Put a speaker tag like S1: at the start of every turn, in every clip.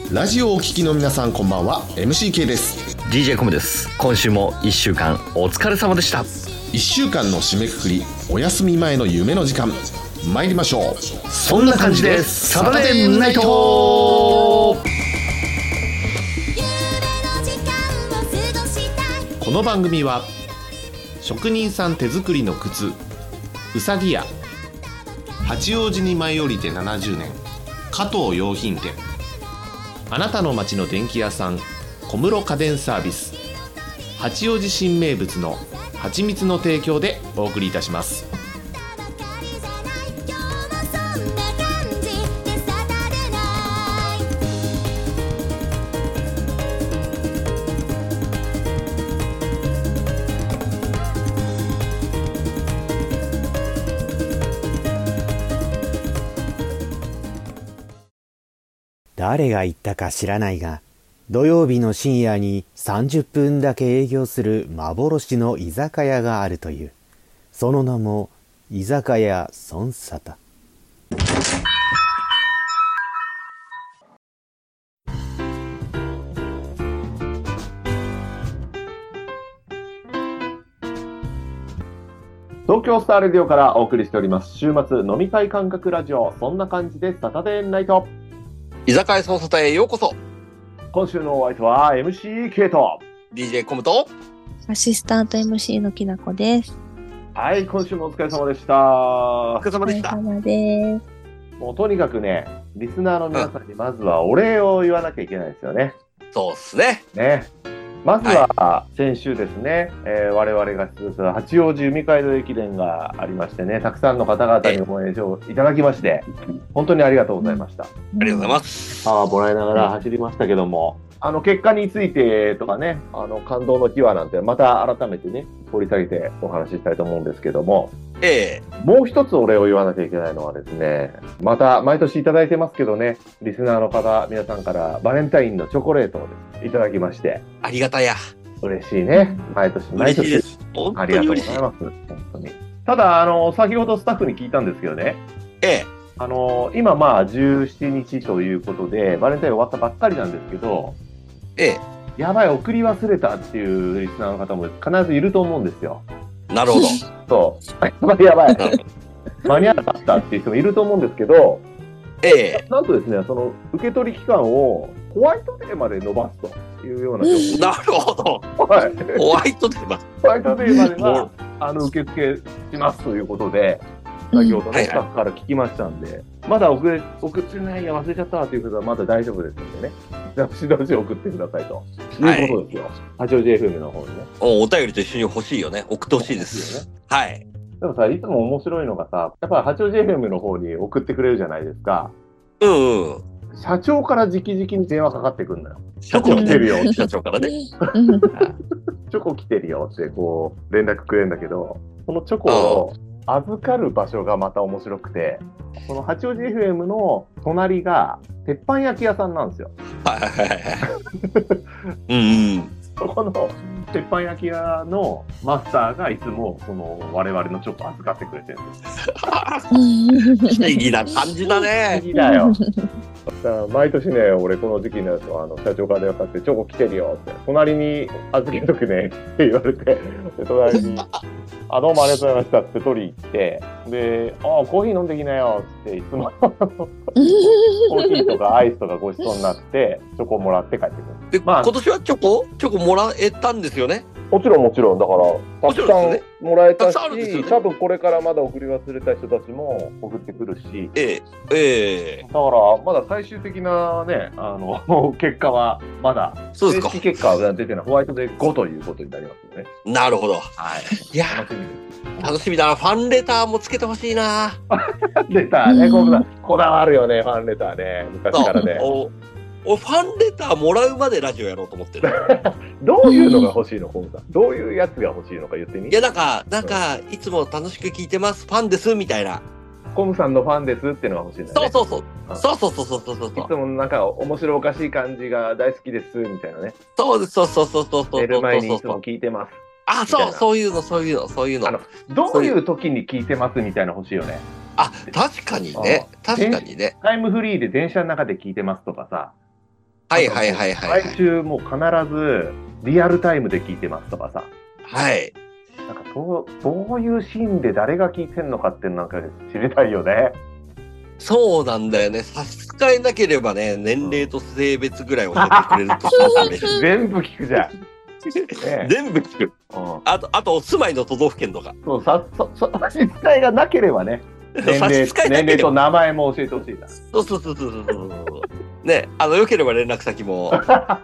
S1: ラジオをお聞きの皆さんこんばんは。 MCK です。
S2: DJ コムです。今週も1週間お疲れ様でした。
S1: 1週間の締めくくり、お休み前の夢の時間、参りましょう。
S2: そんな感じです。サタデーナイト。
S1: この番組は職人さん手作りの靴うさぎ屋、八王子に舞い降りて70年加藤洋品店、あなたの街の電気屋さん小室家電サービス、八王子新名物の蜂蜜の提供でお送りいたします。
S3: 誰が言ったか知らないが、土曜日の深夜に30分だけ営業する幻の居酒屋があるという。その名も居酒屋孫沙汰。
S1: 東京スターレディオからお送りしております週末飲み会感覚ラジオ、そんな感じでサタデーナイト。
S2: 居酒屋孫沙汰へようこそ。
S1: 今週のお相手は MCK と
S2: DJ コムと
S4: アシスタント MC のきなこです。
S1: はい、今週もお疲れ様でした。
S2: お疲れ様でした。
S4: お疲れ様です。
S1: もうとにかくね、リスナーの皆さんにまずはお礼を言わなきゃいけないですよね。
S2: そうっすね。
S1: まずは先週ですね、我々が出場する八王子海街道駅伝がありましてね、たくさんの方々に応援をいただきまして、本当にありがとうございました。
S2: ありがとうございます。
S1: パワーもらいながら走りましたけども、結果についてとかね、感動の秘話なんてまた改めてね、掘り下げてお話ししたいと思うんですけども、もう一つお礼を言わなきゃいけないのはですね、また毎年いただいてますけどね、リスナーの方皆さんからバレンタインのチョコレートをです、いただきまして、
S2: ありがたや。
S1: 嬉しいね。毎年
S2: 嬉しいです。本当に
S1: ありがとうございます。本当に。ただ先ほどスタッフに聞いたんですけどね、今17日ということでバレンタイン終わったばっかりなんですけど、やばい、送り忘れたっていうリスナーの方も必ずいると思うんですよ。
S2: なるほど。
S1: そう。やばい。間に合わなかったっていう人もいると思うんですけど、なんとですね、その受け取り期間をホワイトデーまで伸ばすというような情報。
S2: なるほど。
S1: はい。
S2: ホワイトデーまで。
S1: ホワイトデーまでは受付しますということで、先ほどね、スタッフから聞きましたんで、まだ送ってないや忘れちゃったということはまだ大丈夫ですのでね、どしどし送ってくださいということですよ。八王子 FM の方にね。
S2: お便りと一緒に欲しいよね。送ってほしいです。はい。
S1: でもさ、いつも面白いのがさ、やっぱり八王子 FM の方に送ってくれるじゃないですか。社長から直々に電話かかってくるのよ。チョコ来てるよ。
S2: 社長からね。
S1: チョコ来てるよってこう連絡くれるんだけど、そのチョコを預かる場所がまた面白くて、この八王子 FM の隣が鉄板焼き屋さんなんですよ。そこの鉄板焼き屋のマスターがいつもその我々のチョコ預かってくれてるんです。
S2: 不思議な感じだね。
S1: 不思議だよ。だから毎年ね、俺この時期になると社長から電話かかってチョコ来てるよって、隣に預けとくねって言われて、で隣にどうもありがとうございましたって取り行って、でコーヒー飲んできなよっていつもコーヒーとかアイスとかごちそうになってチョコもらって帰ってくる。
S2: で、今年はチョコもらえたんですよね。
S1: もちろんだからたくさんもらえたし、
S2: ね、
S1: 多分これからまだ送り忘れた人たちも送ってくるし、だからまだ最終的なね結果はまだ正式結果は出てない。ホワイトデー5ということになりますよね。
S2: なるほど。
S1: はい。
S2: いや楽しみだな。ファンレターもつけてほしいな。
S1: レターね、こだわるよね、ファンレターね、昔からね。
S2: ファンレターもらうまでラジオやろうと思ってる。
S1: どういうのが欲しいの、コムさん。どういうやつが欲しいのか言ってみ。
S2: いや、なんか、いつも楽しく聞いてます、ファンです、みたいな。
S1: コムさんのファンですっていうのが欲しいんだよね。そう。
S2: い
S1: つもなんか面白おかしい感じが大好きですみたいなね。
S2: そう。
S1: 寝る前にいつも聞いてます。
S2: あ、そういうの。ど
S1: ういう時に聞いてますみたいな欲しいよね。
S2: 確かにね。
S1: タイムフリーで電車の中で聞いてますとかさ。
S2: はいはいはいはい。
S5: 毎週もう必ずリアルタイムで聞いてますとかさ。
S2: はい。
S5: なんかどういうシーンで誰が聞いてんのかっていうのなんか知りたいよね。
S2: そうなんだよね。差し支えなければね、年齢と性別ぐらい教えてくれると思うね。
S5: 全部聞くじゃん。ね、
S2: 全部聞く。あとお住まいの都道府県とか。
S5: そう差し支えがなければね。年齢と名前も教えてほしいな。
S2: そう。ね、よければ連絡先も。はい。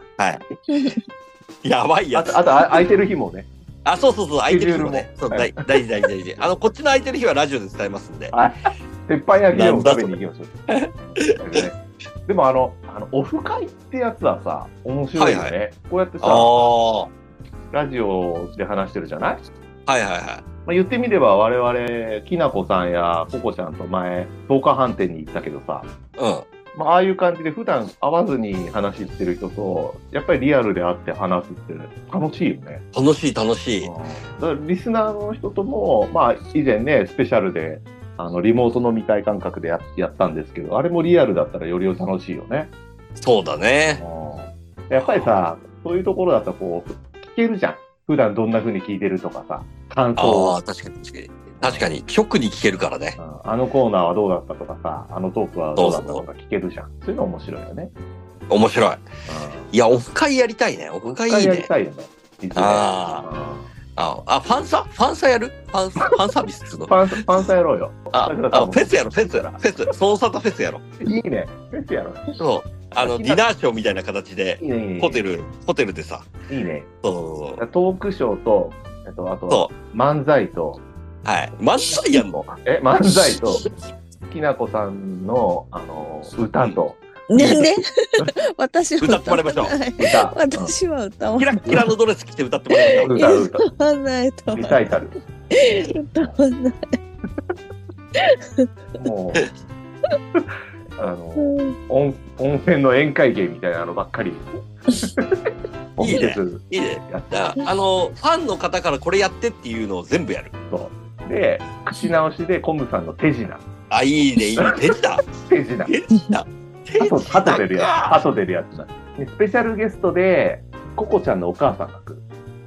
S2: やばいやつ。
S5: あと空いてる日もね。
S2: そう、空いてる日もね。そう、大事。こっちの空いてる日はラジオで伝えますんで。
S5: 鉄板焼きでも食べに行きましょう。でもオフ会ってやつはさ、面白いよね。はいはい、こうやってさ、ラジオで話してるじゃない？
S2: はい。
S5: 言ってみれば我々、きなこさんやここちゃんと前、10日飯店に行ったけどさ、ああいう感じで普段会わずに話してる人と、やっぱりリアルで会って話すって楽しいよね。
S2: 楽しい。だ
S5: からリスナーの人とも、以前ね、スペシャルで、リモート飲み会感覚でやったんですけど、あれもリアルだったらより楽しいよね。
S2: そうだね。
S5: やっぱりさ、そういうところだったらこう、聞けるじゃん。普段どんな風に聞いてるとかさ、感想を。
S2: 確かに、直に聞けるからね。
S5: あのコーナーはどうだったとかさ、あのトークはどうだったとか聞けるじゃん。そういうの面白いよね。
S2: 面白い。いや、オフ会やりたいね。オフ会いいね。
S5: やりたいよね。
S2: ファンサやる？ファンサービスっつうの？
S5: ファンサやろうよ。
S2: フェスやろ。ソンサタフェスやろ。
S5: いいね。フェスやろう。
S2: そう。ディナーショーみたいな形で、ホテルでさ。
S5: いいね。
S2: そう。
S5: トークショーと、あとは漫才と。
S2: はい。漫才やんの？
S5: 漫才と、きなこさんの、歌と。
S4: なんで私は
S2: 歌ってもらいましょう。
S4: 私は歌わない。
S2: キラのドレス着て歌ってもらいましょう。
S5: 歌わない。リサイタル。
S4: 歌わない。
S5: もう、温泉の宴会芸みたいなのばっかり。
S2: いいね。ファンの方からこれやってっていうのを全部やる。
S5: そう。で、口直しでコムさんの手品。
S2: いいね。手品。
S5: 鳩出るやつだ。スペシャルゲストで、ココちゃんのお母さんが来る。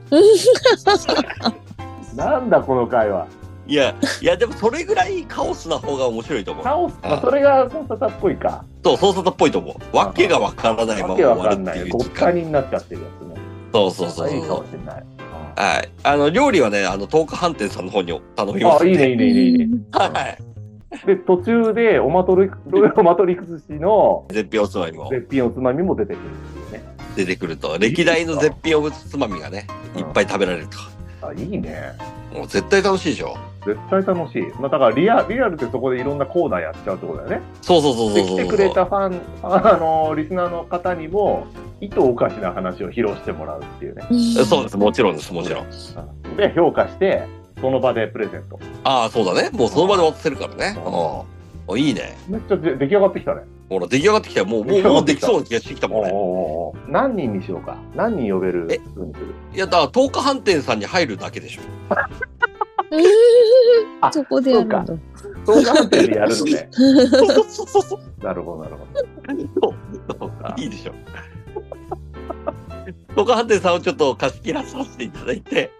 S5: なんだこの会話。
S2: いや、でもそれぐらいカオスな方が面白いと思う。
S5: カオス、それがソンサタっぽいか。
S2: そう、ソンサタっぽいと思う。わけがわからないまま終わるっていう。
S5: ごったになっちゃってるやつね。
S2: そう。
S5: いいかもしれない。
S2: はい。料理はね、10日飯店さんの方に頼みます。
S5: いいね。
S2: はい。
S5: で、途中でオマトリクス氏の
S2: 絶品おつ
S5: まみも出てくるっていうね。
S2: 出てくると。歴代の絶品おつまみがね、いっぱい食べられると。
S5: いいね。
S2: もう絶対楽しいでしょ。
S5: 絶対楽しい。だからリアルでそこでいろんなコーナーやっちゃうってことだよね。
S2: そう。
S5: で、来てくれたファン、リスナーの方にも、いとおかしな話を披露してもらうっていうね。
S2: そうです。もちろん。
S5: で、評価して、その場でプレゼント。
S2: そうだね。もうその場で渡せるからね。いいね。
S5: めっちゃ出来上がってきたね。
S2: ほら、出来上がってきたよ。もうできそうな気がしてきたもんね。
S5: 何人にしようか。何人呼べる風にする？
S2: いや、だから10日飯店さんに入るだけでしょ。
S4: そこでやるんだ。
S5: 10日飯店でやるのね。なるほど。
S2: いいでしょ。10日飯店さんをちょっと貸し切らさせていただいて。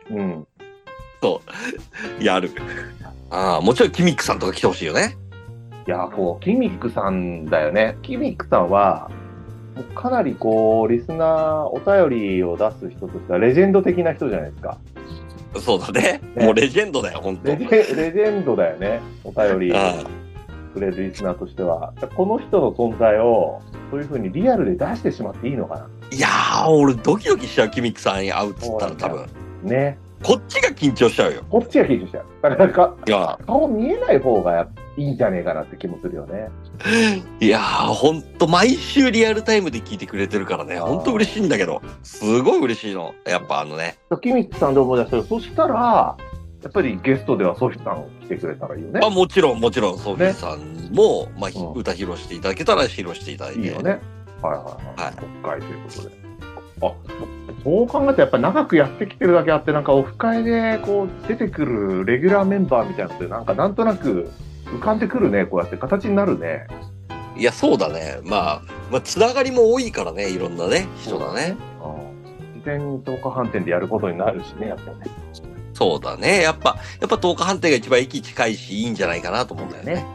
S2: やる。もちろんキミックさんとか来てほしいよね。
S5: いや、キミックさんだよね。キミックさんは、かなりリスナー、お便りを出す人としてはレジェンド的な人じゃないですか。
S2: そうだね。もうレジェンドだよ、本当。
S5: レジェンドだよね。お便りくれるリスナーとしては。この人の存在を、そういう風にリアルで出してしまっていいのかな。
S2: いやー、俺ドキドキしちゃう、キミックさんに会うっつったら多分。
S5: ね。
S2: こっちが緊張しちゃうよ。
S5: こっちが緊張しちゃう。だから顔見えない方がいいんじゃねえかなって気もするよね。
S2: いやー、ほんと毎週リアルタイムで聞いてくれてるからね、ほんと嬉しいんだけど、すごい嬉しいの。やっぱ
S5: キミックさんで思い出したよ。そしたら、やっぱりゲストではソフィさん来てくれたらいいよね。
S2: もちろん、ソフィさんも、歌披露していただけたら披露していただいて。
S5: いいよね。はい。国会ということで。そう考えるとやっぱり長くやってきてるだけあって、なんかオフ会で出てくるレギュラーメンバーみたいなのってなんとなく浮かんでくるね。こうやって形になるね。
S2: いや、そうだね。まあ、つながりも多いからね、いろんなね、人だね。
S5: 自然に10日飯店でやることになるしね、やっぱね。
S2: そうだね。やっぱ10日飯店が一番駅近いし、いいんじゃないかなと思うんだよね。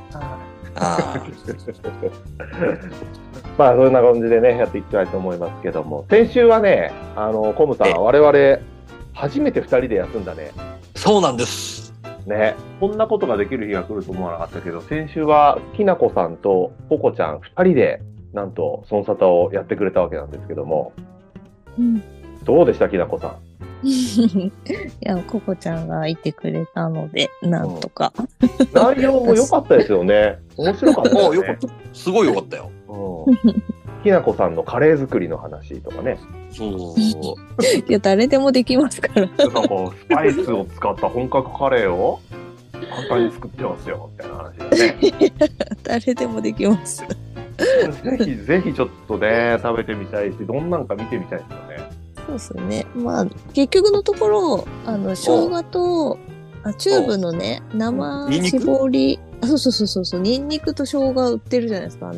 S5: まあ、そんな感じでね、やっていきたいと思いますけども、先週はね、コムさん、我々、初めて2人で休んだね。
S2: そうなんです。
S5: ね、こんなことができる日が来ると思わなかったけど、先週はきなこさんとココちゃん2人で、なんと、その沙汰をやってくれたわけなんですけども、どうでした、きなこさん。
S4: いや、ココちゃんがいてくれたので、なんとか。
S5: 内容も良かったですよね。面白かったよね。
S2: すごい良かったよ。
S5: きなこさんのカレー作りの話とかね。
S4: いや、誰でもできますから。
S5: なんかスパイスを使った本格カレーを簡単に作ってますよみたいな話だね。
S4: 誰でもできます。
S5: ぜひちょっとね食べてみたいし、どんなんか見てみたいですよね。
S4: そうですね。まあ結局のところ生姜とチューブのね生絞り、そうニンニクと生姜売ってるじゃないですか。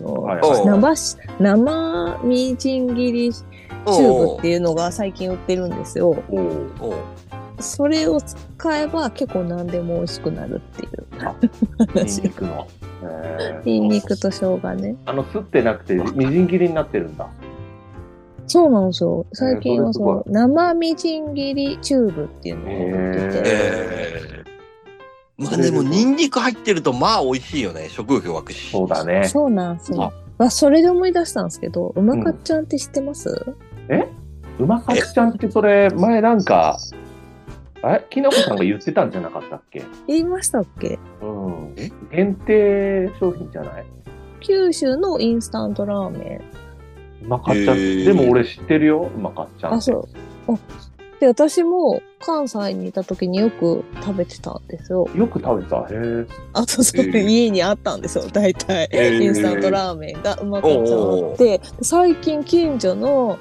S4: 生みじん切りチューブっていうのが最近売ってるんですよ。それを使えば結構何でも美味しくなるっていう話。
S5: ニンニクの。
S4: ニンニクと生姜ね。
S5: すってなくてみじん切りになってるんだ。
S4: そうなんですよ。最近は生みじん切りチューブっていうのを売ってて。
S2: まあでもニンニク入ってるとまあ美味しいよね。食欲湧くし。
S5: そうだね。
S4: そうなんですよ。それで思い出したんですけど、うまかっちゃんって知ってます？
S5: うまかっちゃんってそれ前なんかきなこさんが言ってたんじゃなかったっけ？
S4: 言いましたっけ？
S5: 限定商品じゃない？
S4: 九州のインスタントラーメン。
S5: うまかっちゃん。でも俺知ってるよ、うまかっちゃん。
S4: そう。で、私も関西にいた時によく食べてたんですよ。
S5: よく食べてた。へ
S4: え。家にあったんですよ、大体。インスタントラーメンがうまかっちゃんあって、最近近所の、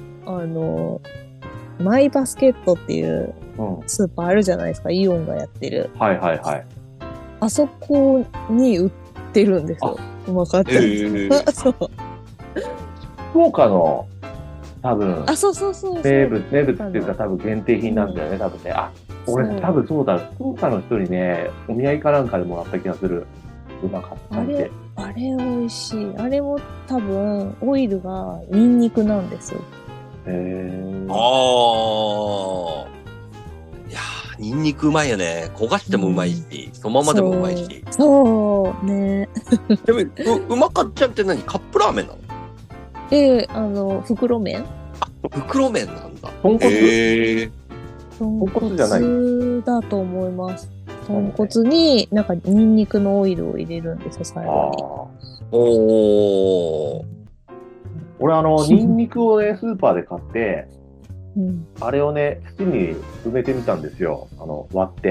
S4: マイバスケットっていうスーパーあるじゃないですか、イオンがやってる。あそこに売ってるんですよ。うまかっちゃん。そう。
S5: 福岡の多分
S4: そう
S5: 名物っていうか多分限定品なんだよね、多分ね。俺多分そうだ、福岡の人にねお土産かなんかでもらった気がする。うまかったって。
S4: あれ美味しい。あれも多分オイルがニンニクなんですよ。
S2: いやニンニクうまいよね。焦がしてもうまいし、そのままでもうまいし。
S4: そうね。
S2: でもうまかっちゃんって何？カップラーメンな
S4: の？袋麺？
S2: 袋麺なんだ。
S5: 豚骨じゃない？
S2: 豚
S4: 骨だと思います。豚骨になんかニンニクのオイルを入れるんですよ、最後に。
S5: 俺ニンニクをねスーパーで買って、あれをね土に埋めてみたんですよ。割って。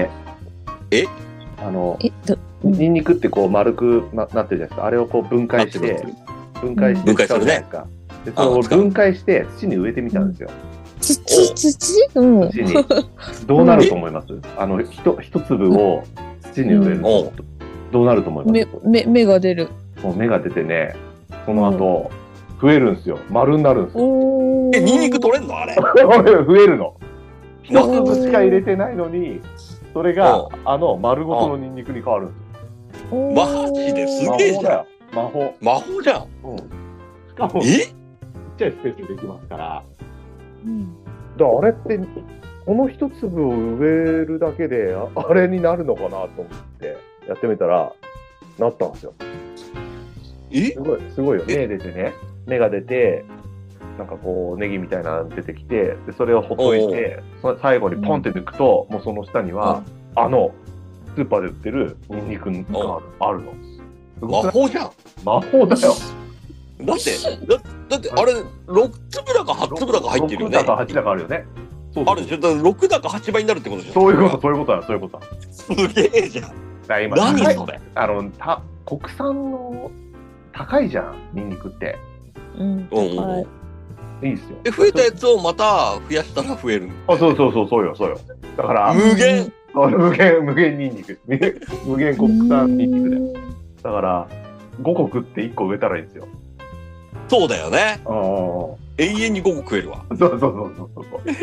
S5: ニンニクってこう丸くなってるじゃないですか。あれをこう分解して使うじゃないですか。でそれを分解して土に植えてみたんですよ。
S4: 土
S5: にどうなると思います？一粒を土に植えるとどうなると思います？
S4: 芽が出る。
S5: もう芽が出てね、その後増えるんですよ。丸になるんですよ。
S2: ニンニク取れんのあれ？
S5: 増えるの。一粒しか入れてないのに、それが丸ごとのニンニクに変わるんですよ。
S2: マジですげえじゃん。魔法じゃん。
S5: しかもちっちゃいスペースでできますから。あれってこの一粒を植えるだけであれになるのかなと思ってやってみたらなったんですよ。すごいよ。芽が出てなんかこうネギみたいなの出てきて、でそれをほっといて最後にポンって抜くと、もうその下にはスーパーで売ってるニンニクがあるの。
S2: 魔法じゃん。
S5: 魔法だよ。
S2: だってあれ6粒だか8粒だか入ってるよね。
S5: 6だか8だかあるよね。
S2: あるでしょ。6だか8倍になるってことでしょ。
S5: そういうことだ。
S2: すげえじゃん。何それ。
S5: 国産の高いじゃん、ニンニクって。
S4: 高い。
S5: いいですよ。
S2: 増えたやつをまた増やしたら増える。
S5: そうよ。だから
S2: 無限
S5: ニンニク。無限国産ニンニクだよ。だから 5個食って1個植えたらいいんですよ。
S2: そうだよね。
S5: 永
S2: 永遠に5個食えるわ。
S5: そうそうそうそう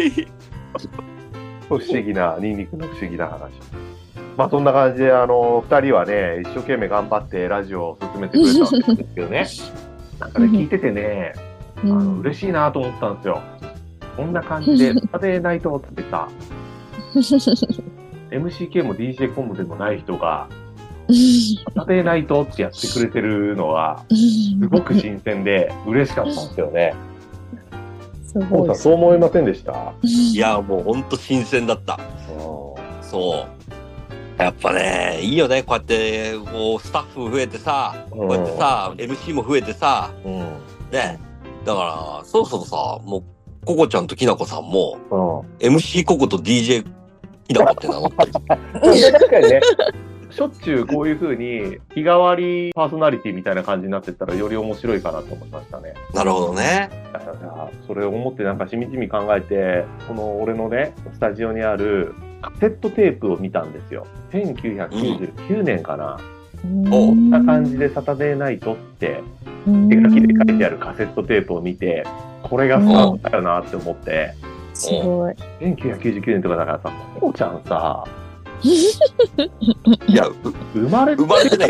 S5: 不思議な、ニンニクの不思議な話。まあそんな感じで、2人はね、一生懸命頑張ってラジオを進めてくれたわけですけどね。なんかね、聞いててね、嬉しいなと思ったんですよ。こんな感じで、サタデーナイトってさ、MCK も DJ コムでもない人が、サタデーナイトってやってくれてるのは、すごく新鮮で嬉しかったんですよね。
S4: すごい。
S5: そう思いませんでした？
S2: いや、もうほんと新鮮だった。そう。やっぱね、いいよね。こうやって、こう、スタッフ増えてさ、こうやってさ、MC も増えてさ、ね。だから、そろそろさ、もう、ココちゃんときなこさんも、MC ココと DJ きなこって名乗ってる。
S5: 確かにね。しょっちゅうこういう風に日替わりパーソナリティみたいな感じになってったらより面白いかなと思いましたね。
S2: なるほどね。
S5: だからそれを思ってなんかしみじみ考えて、この俺のね、スタジオにあるカセットテープを見たんですよ。1999年かな。こんな感じでサタデーナイトって手書きで書いてあるカセットテープを見て、これがスタートだよなって思って。
S4: すごい。
S5: 1999年とかだからさ、ココちゃんさ、
S2: いや、
S5: 生まれて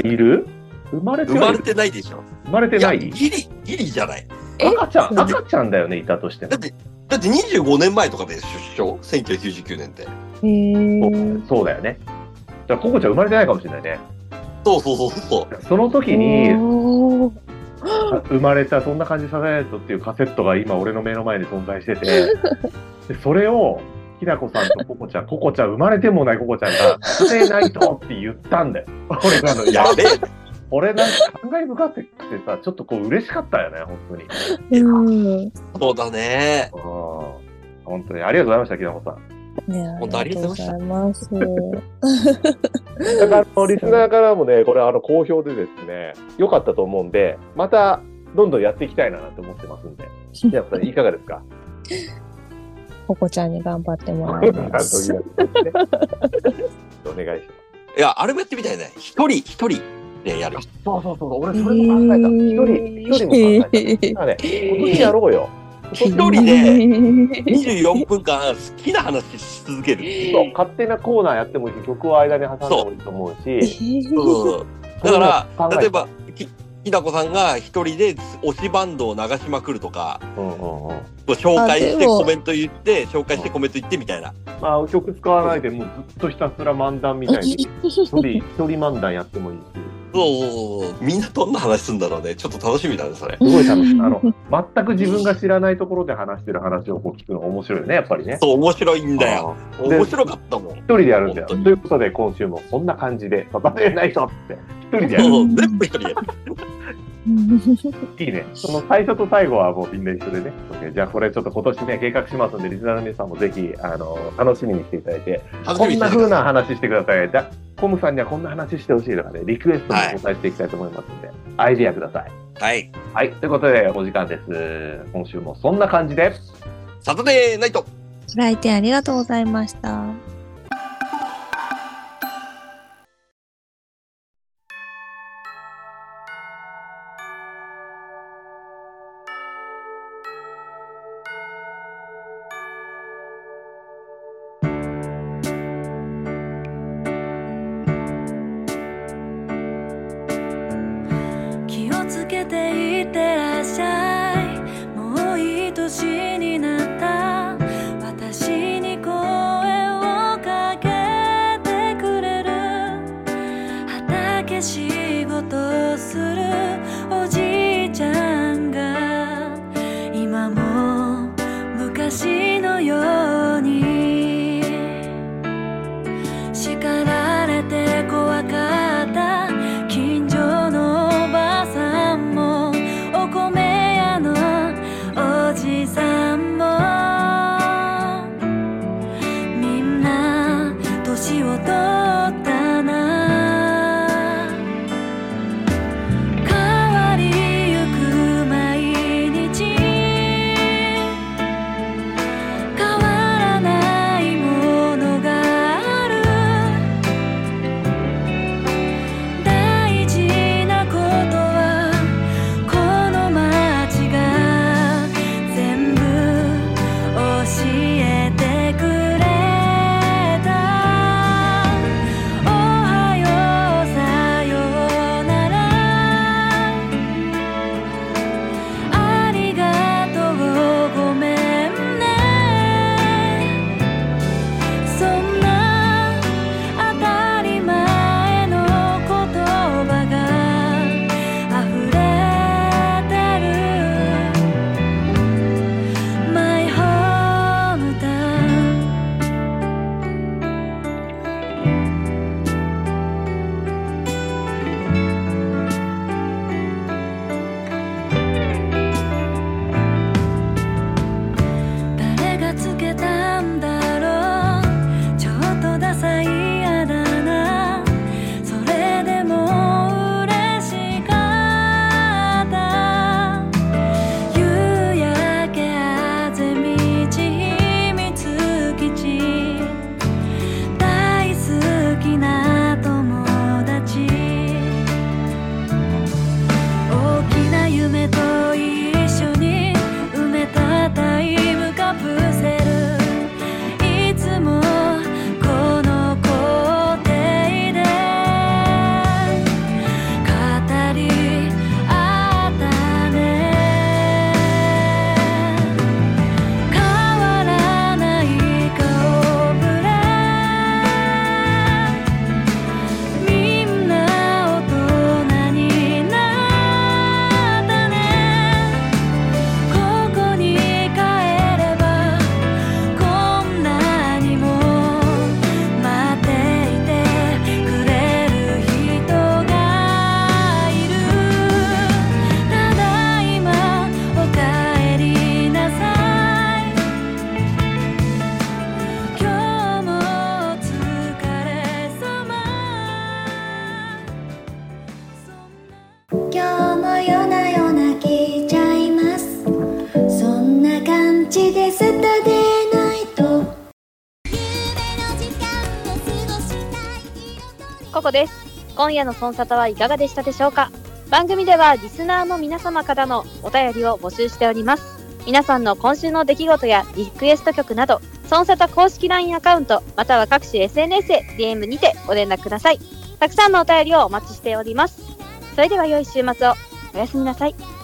S2: ないでしょ。
S5: 生まれてない？
S2: ギリじゃない。
S5: 赤ちゃんだよね、いたとしても。
S2: だって25年前とかで出生 ?1999 年って。
S5: そうだよね。じゃあ、ココちゃん生まれてないかもしれないね。
S2: そう。
S5: その時に、生まれた、そんな感じさせないとっていうカセットが今俺の目の前に存在してて、でそれを、きなこさんとココちゃん生まれてもないココちゃんが、させないとって言ったんだよ。
S2: やべえ。
S5: 俺なんか感慨深くてさ、ちょっとこう嬉しかったよね、本当
S2: に。そうだね。
S5: 本当にありがとうございました、きなこさん。
S2: 本当ありがとうございます。
S5: だからリスナーからもね、これ好評でですね、良かったと思うんで、またどんどんやっていきたいなと思ってますんで、きなこさんいかがですか？
S4: ココちゃんに頑張ってもらいます。
S5: お願いします。
S2: いや、あれもやってみたいね。一人でやる。
S5: そう。俺それも考えた。一人も考えた。今年やろうよ。
S2: 一人で24分間好きな話し続ける。
S5: そう、勝手なコーナーやってもいいし、曲を間に挟んでもいいと思うし。
S2: だから、例えば、きなこさんが一人で推しバンドを流しまくるとか、紹介してコメント言って、紹介してコメント言ってみたいな。
S5: まあ、曲使わないで、もうずっとひたすら漫談みたいに、一人漫談やってもいいし。
S2: そう、みんなどんな話するんだろうね。ちょっと楽しみだね、それ。
S5: すごい楽しい。全く自分が知らないところで話してる話を聞くのが面白いよね、やっぱりね。
S2: そう、面白いんだよ。面白かったもん。
S5: 一人でやるんだよ。ということで、今週もこんな感じで、サタデーナイトって一人でやる。
S2: 全部一人でやる。
S5: いいね。その最初と最後はもうみんな一緒でね。じゃあこれちょっと今年ね、計画しますんで、リスナーの皆さんもぜひ、楽しみにしていただいて、こんな風な話してください。じゃあ、コムさんにはこんな話してほしいとかね、リクエストも答えしていきたいと思いますので、アイディアください。
S2: はい。
S5: はい。ということで、お時間です。今週もそんな感じで、
S2: サタデーナイト。
S4: ご来店ありがとうございました。
S6: つけていってらっしゃい。もういい年になった私に声をかけてくれる。畑仕事するおじいちゃんが今も昔のように叱られて怖かった近所のおばさんもお米屋のおじさんもみんな年を取ったな。代わり
S7: 今夜のソンサタはいかがでしたでしょうか。番組ではリスナーの皆様からのお便りを募集しております。皆さんの今週の出来事やリクエスト曲など、ソンサタ公式 LINE アカウントまたは各種 SNS へ DM にてご連絡ください。たくさんのお便りをお待ちしております。それでは良い週末を。おやすみなさい。